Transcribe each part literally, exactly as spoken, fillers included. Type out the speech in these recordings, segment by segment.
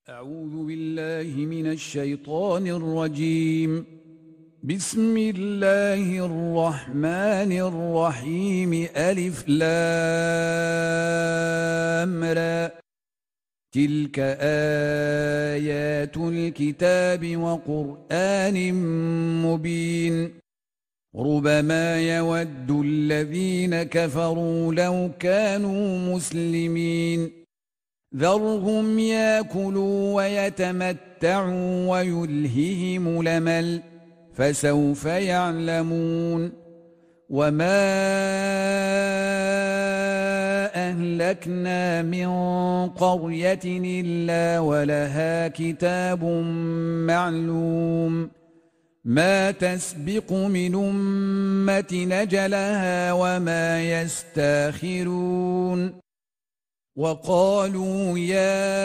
أعوذ بالله من الشيطان الرجيم. بسم الله الرحمن الرحيم. ألف لام را. تلك آيات الكتاب وقرآن مبين. ربما يود الذين كفروا لو كانوا مسلمين. ذرهم ياكلوا ويتمتعوا ويلههم الأمل فسوف يعلمون. وما أهلكنا من قرية إلا ولها كتاب معلوم ما تسبق من أمة أجلها وما يستاخرون. وقالوا يا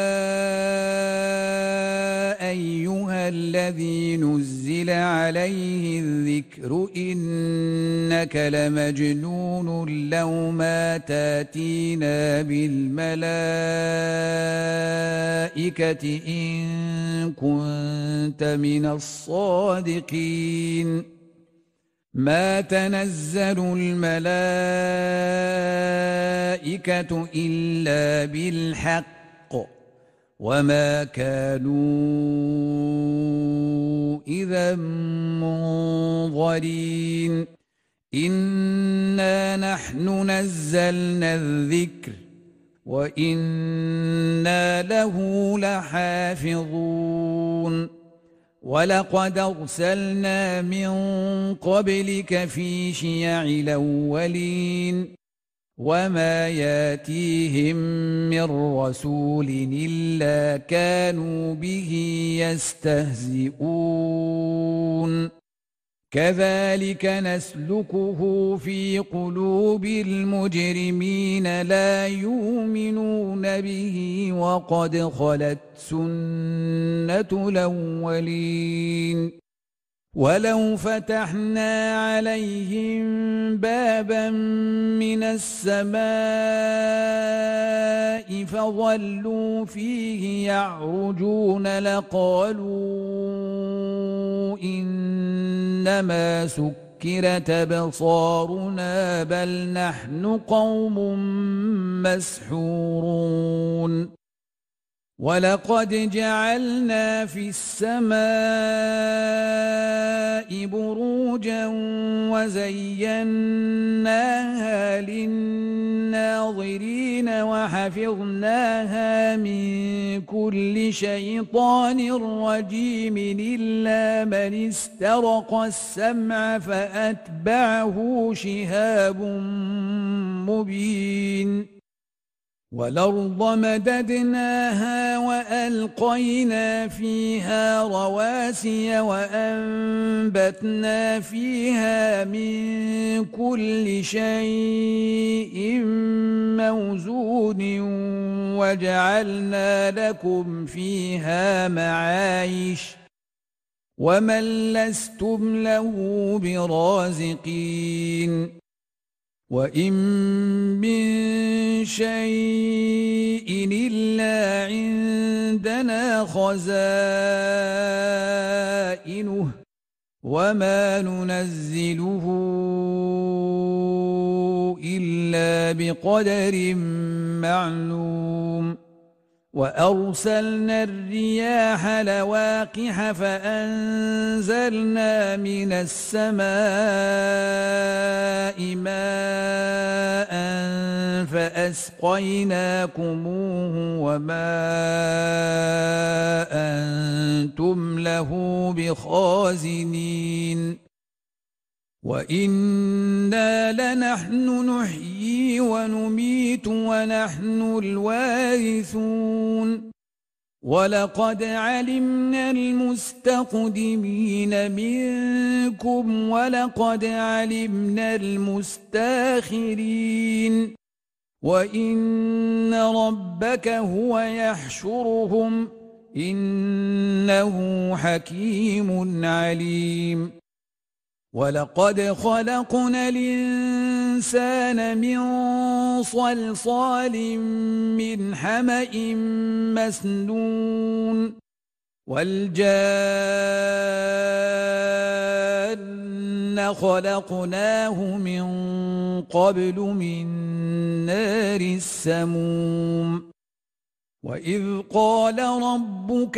أيها الذي نزل عليه الذكر إنك لمجنون لو ما تاتينا بالملائكة إن كنت من الصادقين. ما تنزل الملائكة إلا بالحق وما كانوا إذا منظرين. إنا نحن نزلنا الذكر وإنا له لحافظون. ولقد أرسلنا من قبلك في شيع الأولين وما ياتيهم من رسول إلا كانوا به يستهزئون. كذلك نسلكه في قلوب المجرمين لا يؤمنون به وقد خلت سنة الأولين. ولو فتحنا عليهم بابا من السماء فظلوا فيه يعرجون لقالوا إنما سكرت أبصارنا بل نحن قوم مسحورون. ولقد جعلنا في السماء بروجا وزيناها للناظرين وحفظناها من كل شيطان رجيم إلا من استرق السمع فأتبعه شهاب مبين. والأرض مددناها وألقينا فيها رواسي وأنبتنا فيها من كل شيء موزون وجعلنا لكم فيها معايش ومن لستم له برازقين. وإن من شيء إلا عندنا خزائنه وما ننزله إلا بقدر معلوم. وأرسلنا الرياح لواقح فأنزلنا من السماء ماء فأسقيناكموه وما أنتم له بخازنين. وإنا لنحن نحيي ونميت ونحن الوارثون. ولقد علمنا المستقدمين منكم ولقد علمنا المستاخرين. وإن ربك هو يحشرهم إنه حكيم عليم. ولقد خلقنا الإنسان من صلصال من حمأ مسنون والجان خلقناه من قبل من نار السموم وإذ قال ربك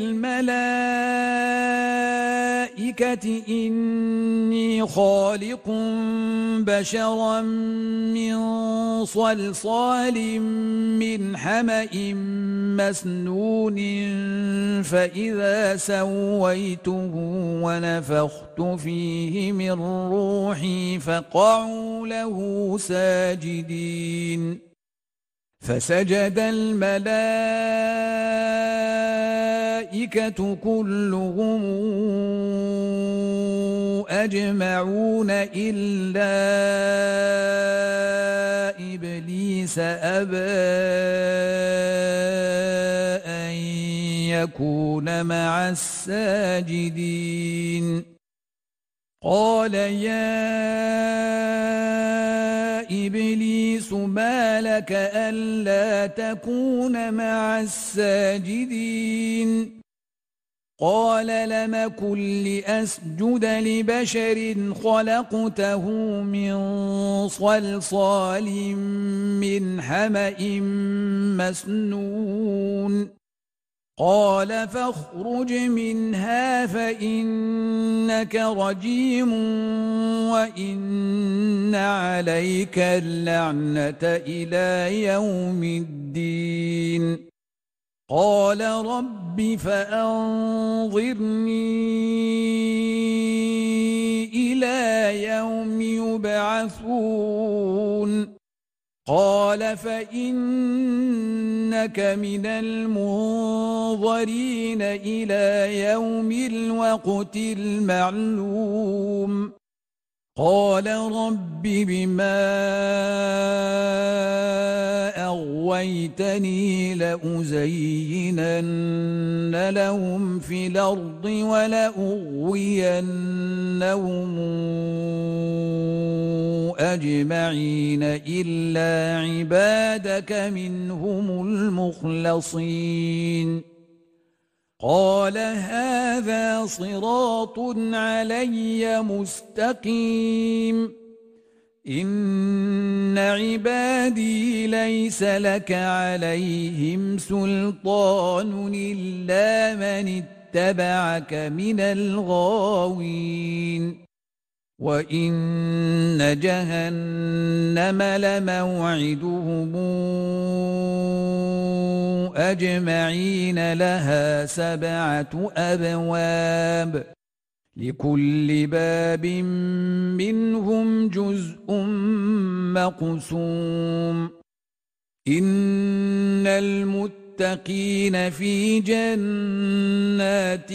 للملائكة إني خالق بشرا من صلصال من حمأ مسنون فإذا سويته ونفخت فيه من روحي فقعوا له ساجدين فسجد الملائكة كلهم أجمعون إلا إبليس أبى أن يكون مع الساجدين قال يا إبليس ما لك ألا تكون مع الساجدين قال لم أكن لأسجد لبشر خلقته من صلصال من حمأ مسنون قال فاخرج منها فإنك رجيم وإن عليك اللعنة إلى يوم الدين قال رب فأنظرني إلى يوم يبعثون قال فإنك من المنظرين إلى يوم الوقت المعلوم قال رب بما أغويتني لأزينن لهم في الأرض ولأغوينهم أجمعين إلا عبادك منهم المخلصين قال هذا صراط علي مستقيم إن عبادي ليس لك عليهم سلطان إلا من اتبعك من الغاوين وإن جهنم لموعدهم أجمعين لها سبعة أبواب لكل باب منهم جزء مقسوم إن المتقين في جنات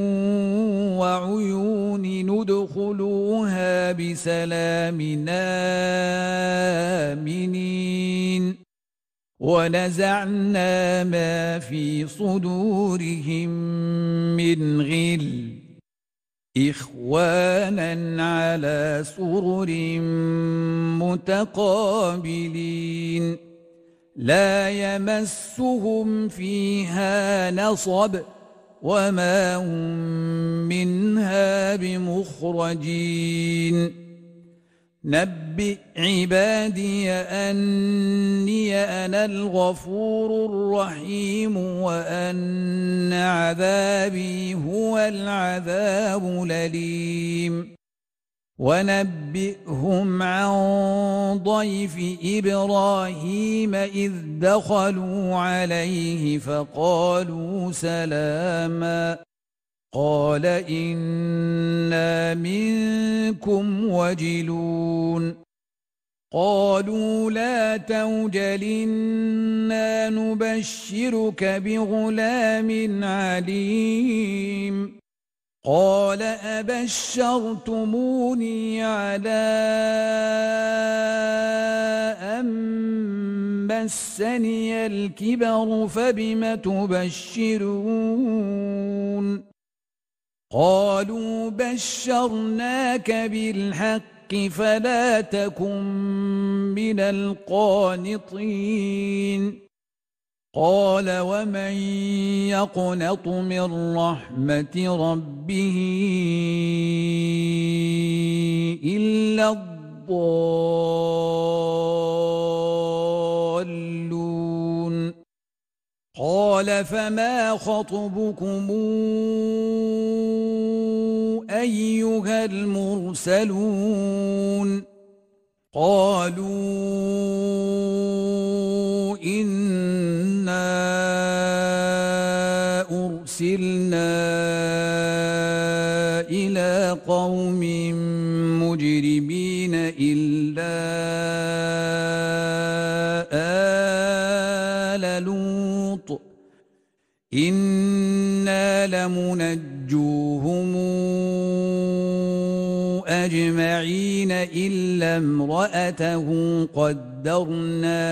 وعيون ندخلوها بسلام آمنين ونزعنا ما في صدورهم من غل إخوانا على سرر متقابلين لا يمسهم فيها نصب وما هم منها بمخرجين نبئ عبادي أني أنا الغفور الرحيم وأن عذابي هو العذاب الأليم ونبئهم عن ضيف إبراهيم إذ دخلوا عليه فقالوا سلاما قال إنا منكم وجلون قالوا لا توجل إنا نبشرك بغلام عليم قال أبشرتموني على أن مسني الكبر فبم تبشرون قالوا بشرناك بالحق فلا تكن من القانطين قال ومن يقنط من رحمة ربه إلا الضالون قال فما خطبكم أيها المرسلون قالوا إنا أرسلنا إلى قوم مجرمين إلا آل لوط إنا لمنجوهم أجمعين إلا امرأته قدرنا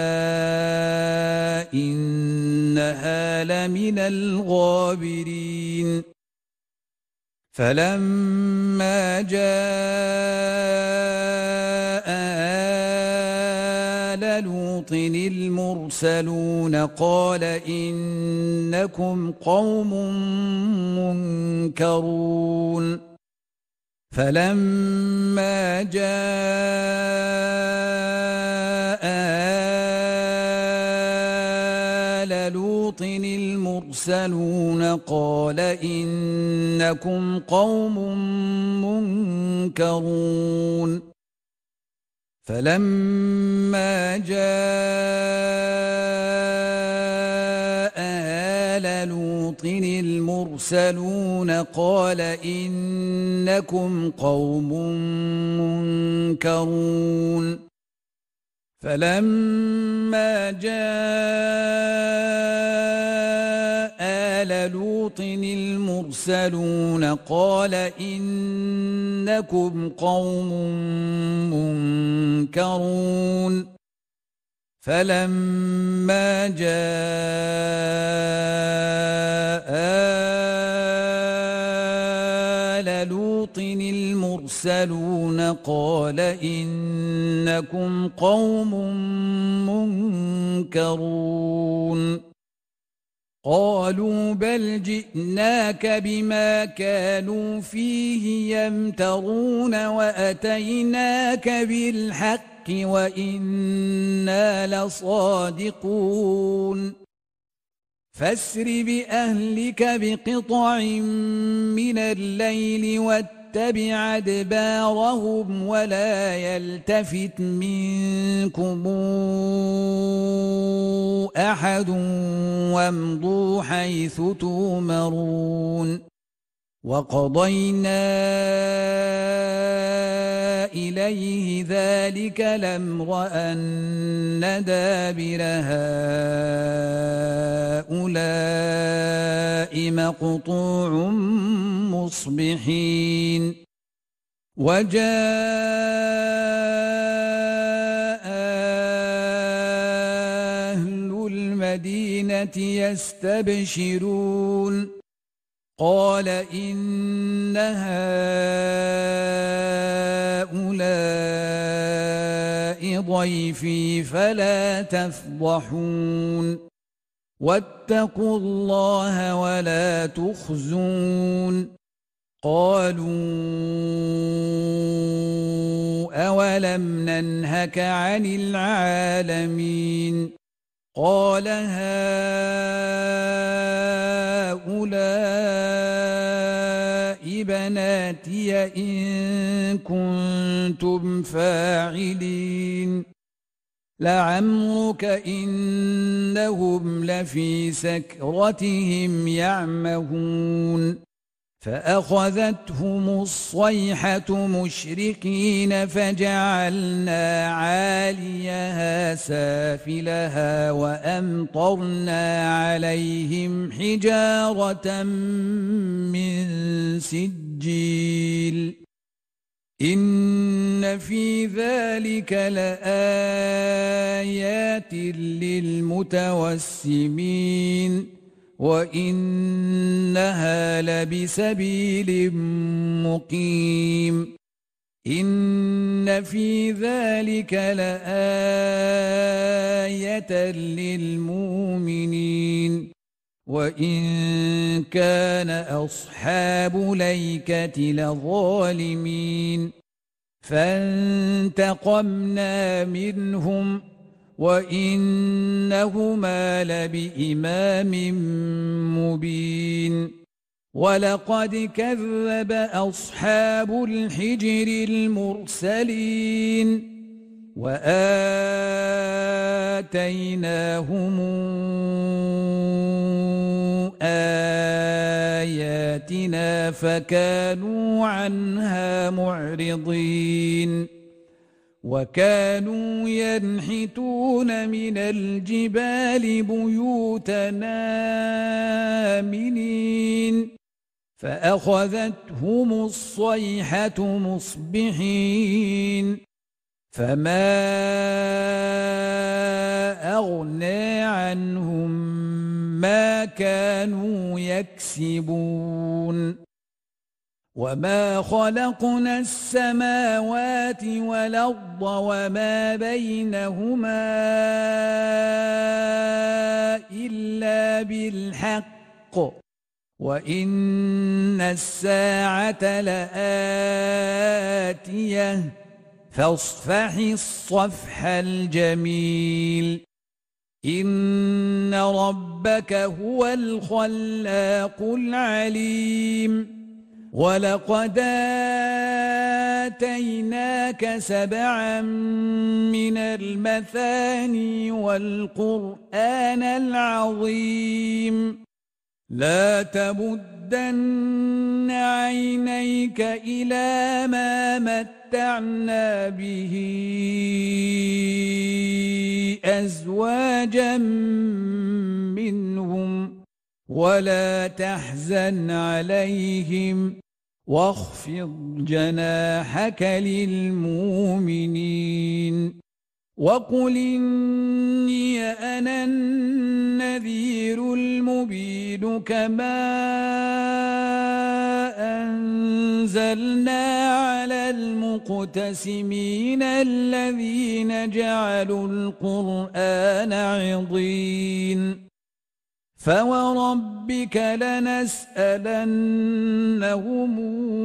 إنها لمن الغابرين فلما جاء آل لوط المرسلون قال إنكم قوم منكرون فلما جاء آل لوط المرسلون قال إنكم قوم منكرون فلما جاء آل لوط المرسلون قال إنكم قوم منكرون فلما جاء آل لوط المرسلون قال إنكم قوم منكرون فلما جاء آل لوط المرسلون قال إنكم قوم منكرون قالوا بل جئناك بما كانوا فيه يمترون وأتيناك بالحق وإنا لصادقون فاسر بأهلك بقطع من الليل واتبع أدبارهم ولا يلتفت منكم أحد وامضوا حيث تؤمرون وقضينا إليه ذلك الأمر أن دابر هؤلاء مقطوع مصبحين وجاء أهل المدينة يستبشرون قال إن هؤلاء ضيفي فلا تفضحون واتقوا الله ولا تخزون قالوا أولم ننهك عن العالمين قال هؤلاء بناتي إن كنتم فاعلين لعمرك إنهم لفي سكرتهم يعمهون فأخذتهم الصيحة مشرقين فجعلنا عاليها سافلها وأمطرنا عليهم حجارة من سجيل إن في ذلك لآيات للمتوسمين وإنها لبسبيل مقيم إن في ذلك لآية للمؤمنين وإن كان أصحاب ليكة لظالمين فانتقمنا منهم وإنهما لبإمام مبين ولقد كذب أصحاب الحجر المرسلين وآتيناهم آياتنا فكانوا عنها معرضين وكانوا ينحتون من الجبال بيوتا آمنين فأخذتهم الصيحة مصبحين فما أغنى عنهم ما كانوا يكسبون وما خلقنا السماوات والأرض وما بينهما إلا بالحق وإن الساعة لآتية فاصفح الصفح الجميل إن ربك هو الخلاق العليم ولقد آتيناك سبعا من المثاني والقرآن العظيم لا تمدن عينيك إلى ما متعنا به أزواجا منهم ولا تحزن عليهم واخفض جناحك للمؤمنين وقل إني أنا النذير المبين كما أنزلنا على المقتسمين الذين جعلوا القرآن عضين فوربك لنسألنهم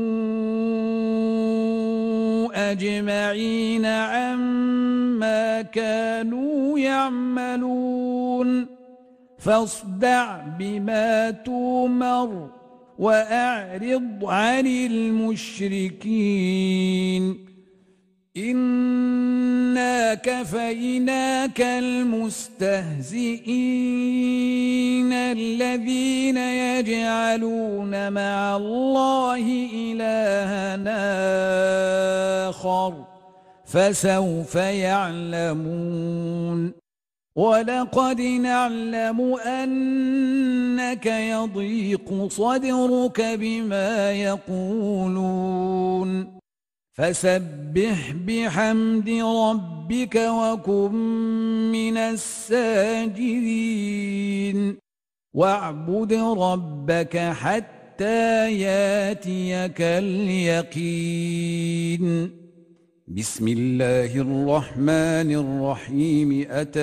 أجمعين عما كانوا يعملون فاصدع بما تؤمر وأعرض عن المشركين إنا كفيناك المستهزئين الذين يجعلون مع الله إلهًا آخر فسوف يعلمون ولقد نعلم أنك يضيق صدرك بما يقولون فسبح بحمد ربك وكن من الساجدين واعبد ربك حتى ياتيك اليقين بسم الله الرحمن الرحيم أتى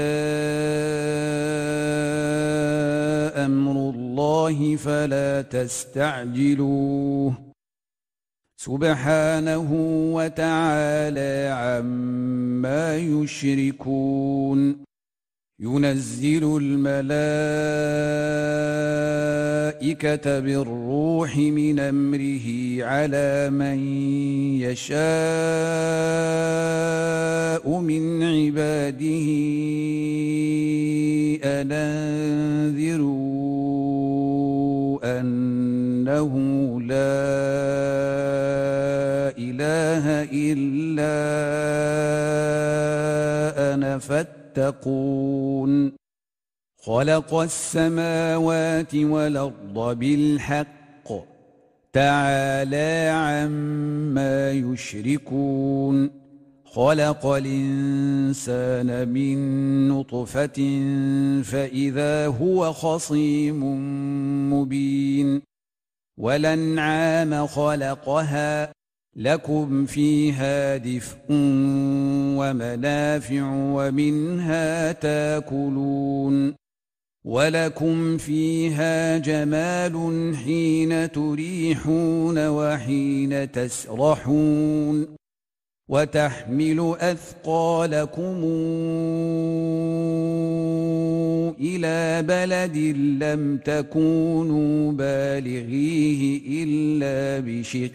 أمر الله فلا تستعجلوه سبحانه وتعالى عما يشركون ينزل الملائكة بالروح من أمره على من يشاء من عباده أن أنذروا أنه لا إله إلا أنا فاتقون خلق السماوات والأرض بالحق تعالى عما يشركون خلق الإنسان من نطفة فإذا هو خصيم مبين والأنعام خلقها لكم فيها دفء ومنافع ومنها تاكلون ولكم فيها جمال حين تريحون وحين تسرحون وتحمل أثقالكم إلى بلد لم تكونوا بالغيه إلا بشق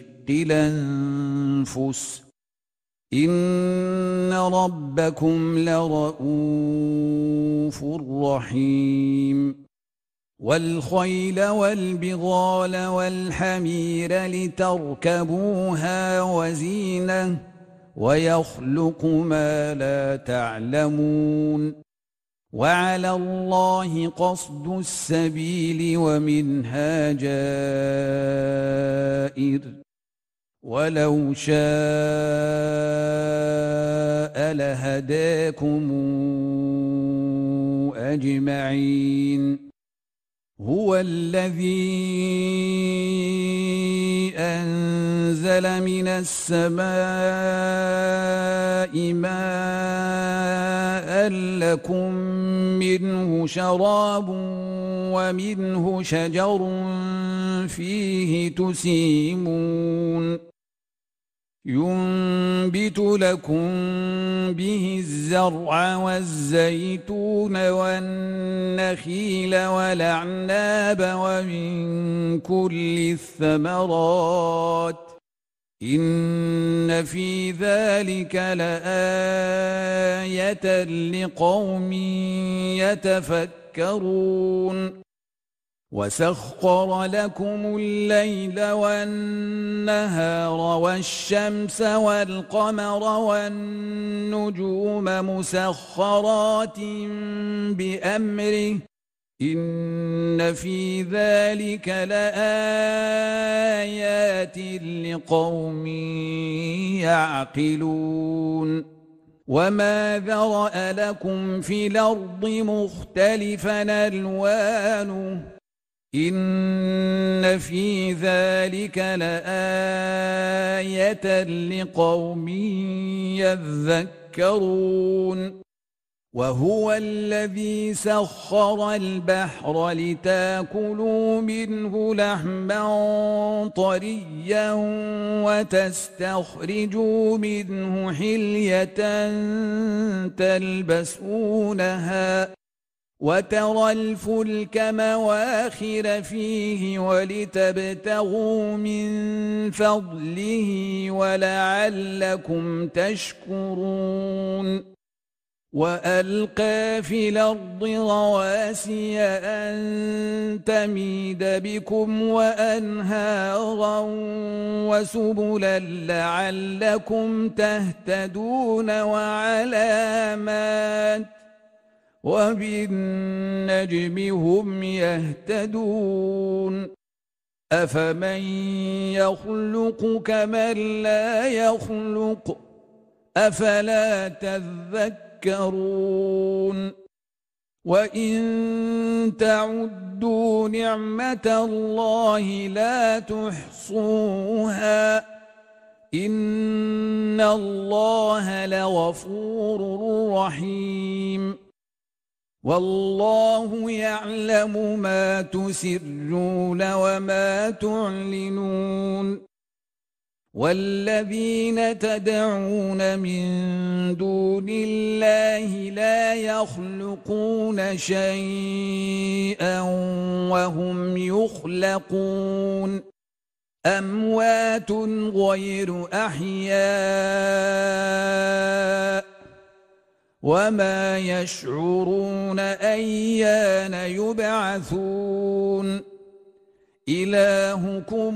الأنفس إن ربكم لرءوف رحيم والخيل والبغال والحمير لتركبوها وزينة ويخلق ما لا تعلمون وعلى الله قصد السبيل ومنها جائر ولو شاء لهداكم أجمعين هو الذي أنزل من السماء ماء لكم منه شراب ومنه شجر فيه تسيمون ينبت لكم به الزرع والزيتون والنخيل والأعناب ومن كل الثمرات إن في ذلك لآية لقوم يتفكرون وسخر لكم الليل والنهار والشمس والقمر والنجوم مسخرات بأمره إن في ذلك لآيات لقوم يعقلون وما ذرأ لكم في الأرض مختلفا ألوانه إن في ذلك لآية لقوم يذكرون وهو الذي سخر البحر لتاكلوا منه لحما طريا وتستخرجوا منه حلية تلبسونها وترى الفلك مواخر فيه ولتبتغوا من فضله ولعلكم تشكرون وألقى في الأرض رواسي أن تميد بكم وأنهارا وسبلا لعلكم تهتدون وعلامات وبالنجم هم يهتدون أفمن يخلق كمن لا يخلق أفلا تذكرون وإن تعدوا نعمة الله لا تحصوها إن الله لغفور رحيم والله يعلم ما تسرون وما تعلنون والذين تدعون من دون الله لا يخلقون شيئا وهم يخلقون أموات غير أحياء وما يشعرون أيان يبعثون إلهكم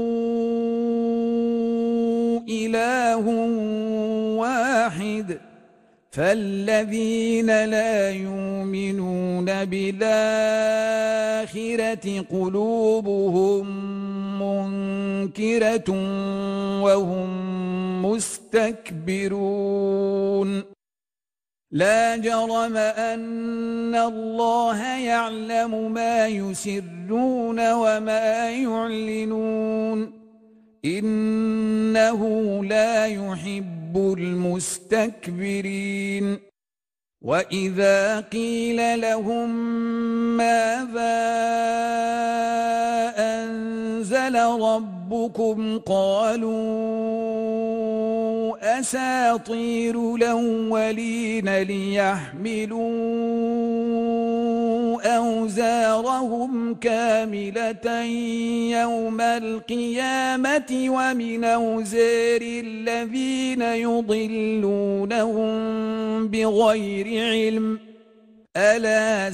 إله واحد فالذين لا يؤمنون بالآخرة قلوبهم منكرة وهم مستكبرون لا جرم أن الله يعلم ما يسرون وما يعلنون إنه إنه لا يحب المستكبرين وإذا قيل لهم ماذا أنزل ربكم قالوا أساطير الأولين ليحملوا أوزارهم كاملة يوم القيامة ومن أوزار الذين يضلونهم بغير علم ألا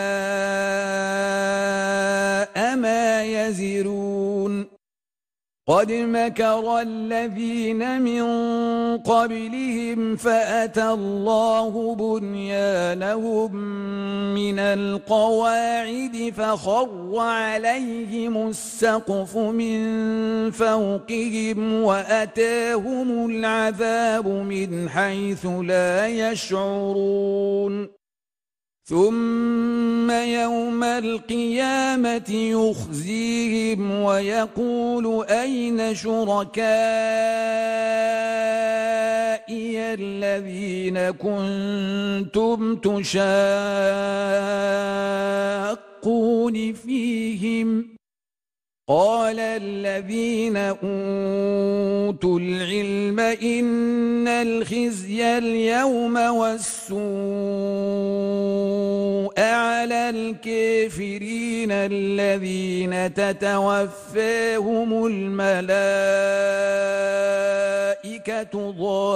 ساء ما يزرون قد مكر الذين من قبلهم فأتى الله بنيانهم من القواعد فخر عليهم السقف من فوقهم وأتاهم العذاب من حيث لا يشعرون ثم يوم القيامة يخزيهم ويقول أين شركائي الذين كنتم تشاقون فيهم قال الذين أوتوا العلم إن الخزي اليوم والسوء على الكافرين الذين تتوفاهم الملائكة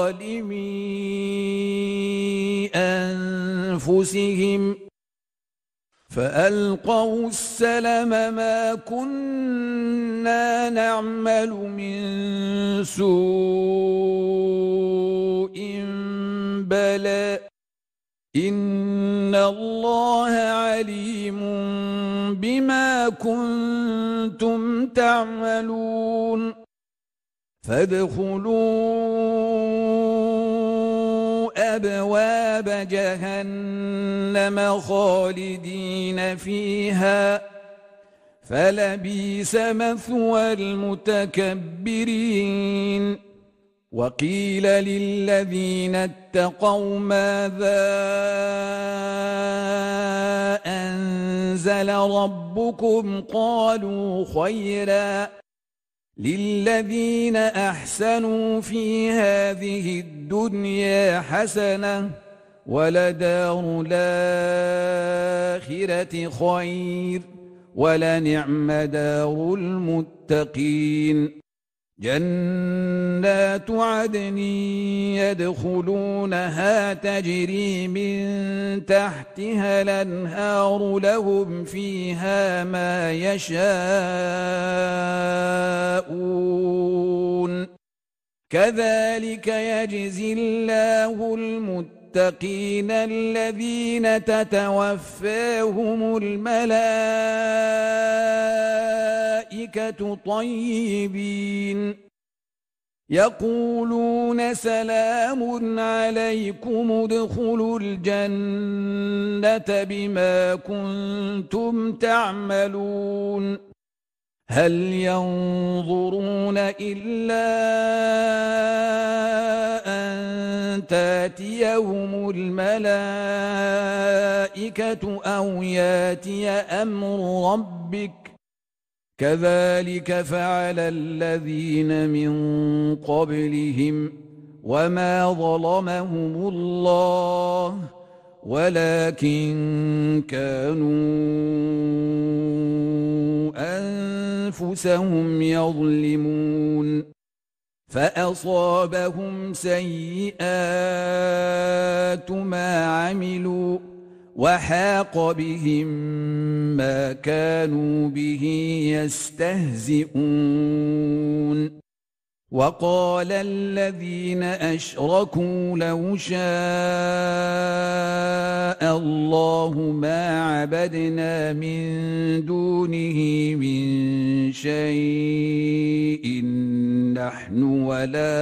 ظالمي أنفسهم فألقوا السلم ما كنا نعمل من سوء بلى إن الله عليم بما كنتم تعملون فادخلوا أبواب جهنم خالدين فيها فلبئس مثوى المتكبرين وقيل للذين اتقوا ماذا أنزل ربكم قالوا خيرا للذين أحسنوا في هذه الدنيا حسنة ولدار الآخرة خير ولنعم دار المتقين جنات عدن يدخلونها تجري من تحتها الأنهار لهم فيها ما يشاءون كذلك يجزي الله المتقين الذين تتوفاهم الملائكة طيبين يقولون سلام عليكم ادخلوا الجنة بما كنتم تعملون هل ينظرون إلا أن تأتيهم الملائكة أو يأتي أمر ربك كذلك فعل الذين من قبلهم وما ظلمهم الله ولكن كانوا أنفسهم يظلمون فأصابهم سيئات ما عملوا وحاق بهم ما كانوا به يستهزئون وقال الذين أشركوا لو شاء الله ما عبدنا من دونه من شيء نحن ولا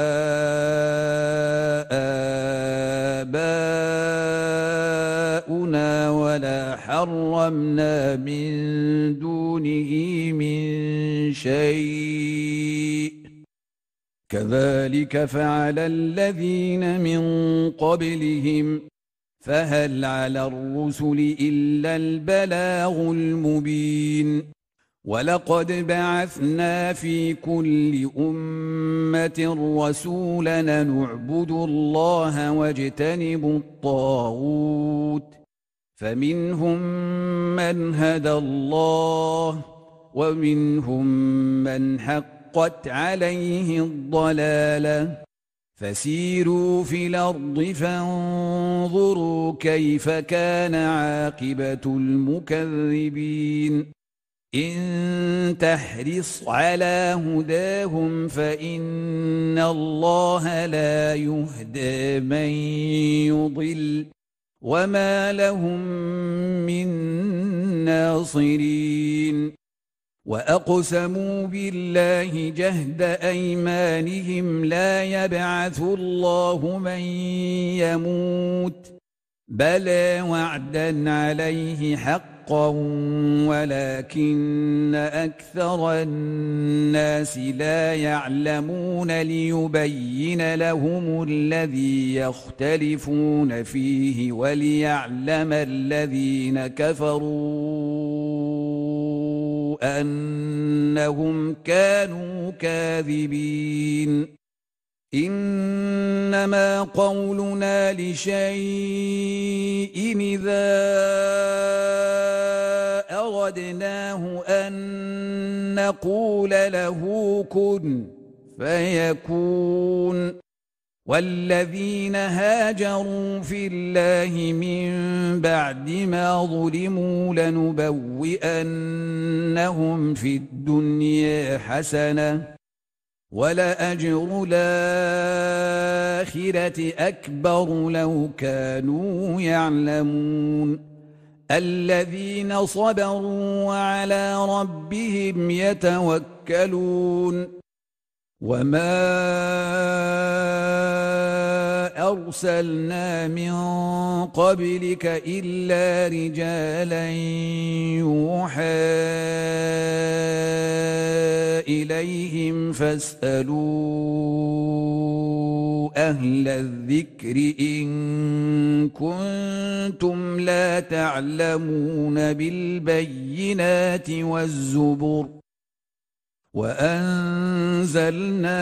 آباؤنا ولا حرمنا من دونه من شيء كذلك فعل الذين من قبلهم فهل على الرسل إلا البلاغ المبين ولقد بعثنا في كل أمة رسولا نعبد الله واجتنب الطاغوت فمنهم من هدى الله ومنهم من حقت عليه الضلالة فسيروا في الأرض فانظروا كيف كان عاقبة المكذبين إن تحرص على هداهم فإن الله لا يهدى من يضل وما لهم من ناصرين وأقسموا بالله جهد أيمانهم لا يبعث الله من يموت بلى وعدا عليه حقا ولكن أكثر الناس لا يعلمون ليبين لهم الذي يختلفون فيه وليعلم الذين كفروا أنهم كانوا كاذبين إنما قولنا لشيء إذا أردناه أن نقول له كن فيكون والذين هاجروا في الله من بعد ما ظلموا لنبوئنهم في الدنيا حسنة ولأجر الآخرة أكبر لو كانوا يعلمون الذين صبروا وعلى ربهم يتوكلون وما أرسلنا من قبلك إلا رجالا يوحى إليهم فاسألوا أهل الذكر إن كنتم لا تعلمون بالبينات والزبر وأنزلنا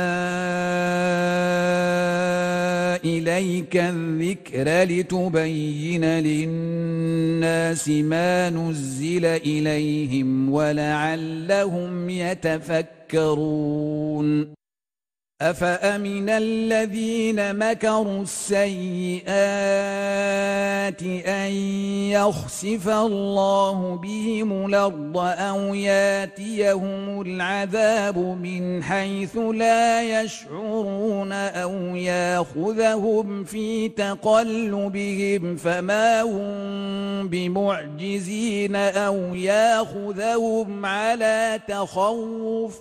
إليك الذكر لتبين للناس ما نزل إليهم ولعلهم يتفكرون أفأمن الذين مكروا السيئات أن يخسف الله بهم الأرض أو ياتيهم العذاب من حيث لا يشعرون أو ياخذهم في تقلبهم فما هم بمعجزين أو ياخذهم على تخوف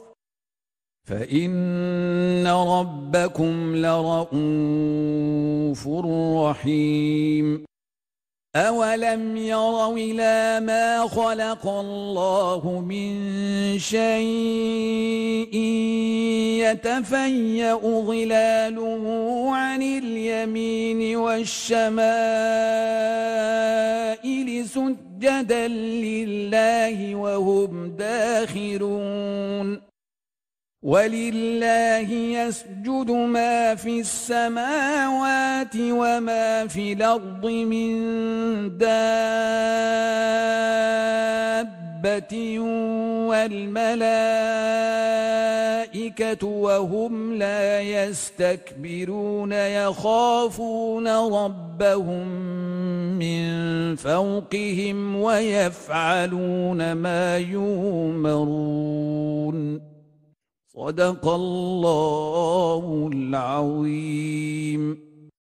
فإن ربكم لرءوف رحيم أولم يروا إلى ما خلق الله من شيء يتفيأ ظلاله عن اليمين والشمائل سجدا لله وهم داخرون ولله يسجد ما في السماوات وما في الأرض من دابة والملائكة وهم لا يستكبرون يخافون ربهم من فوقهم ويفعلون ما يؤمرون صدق الله العظيم.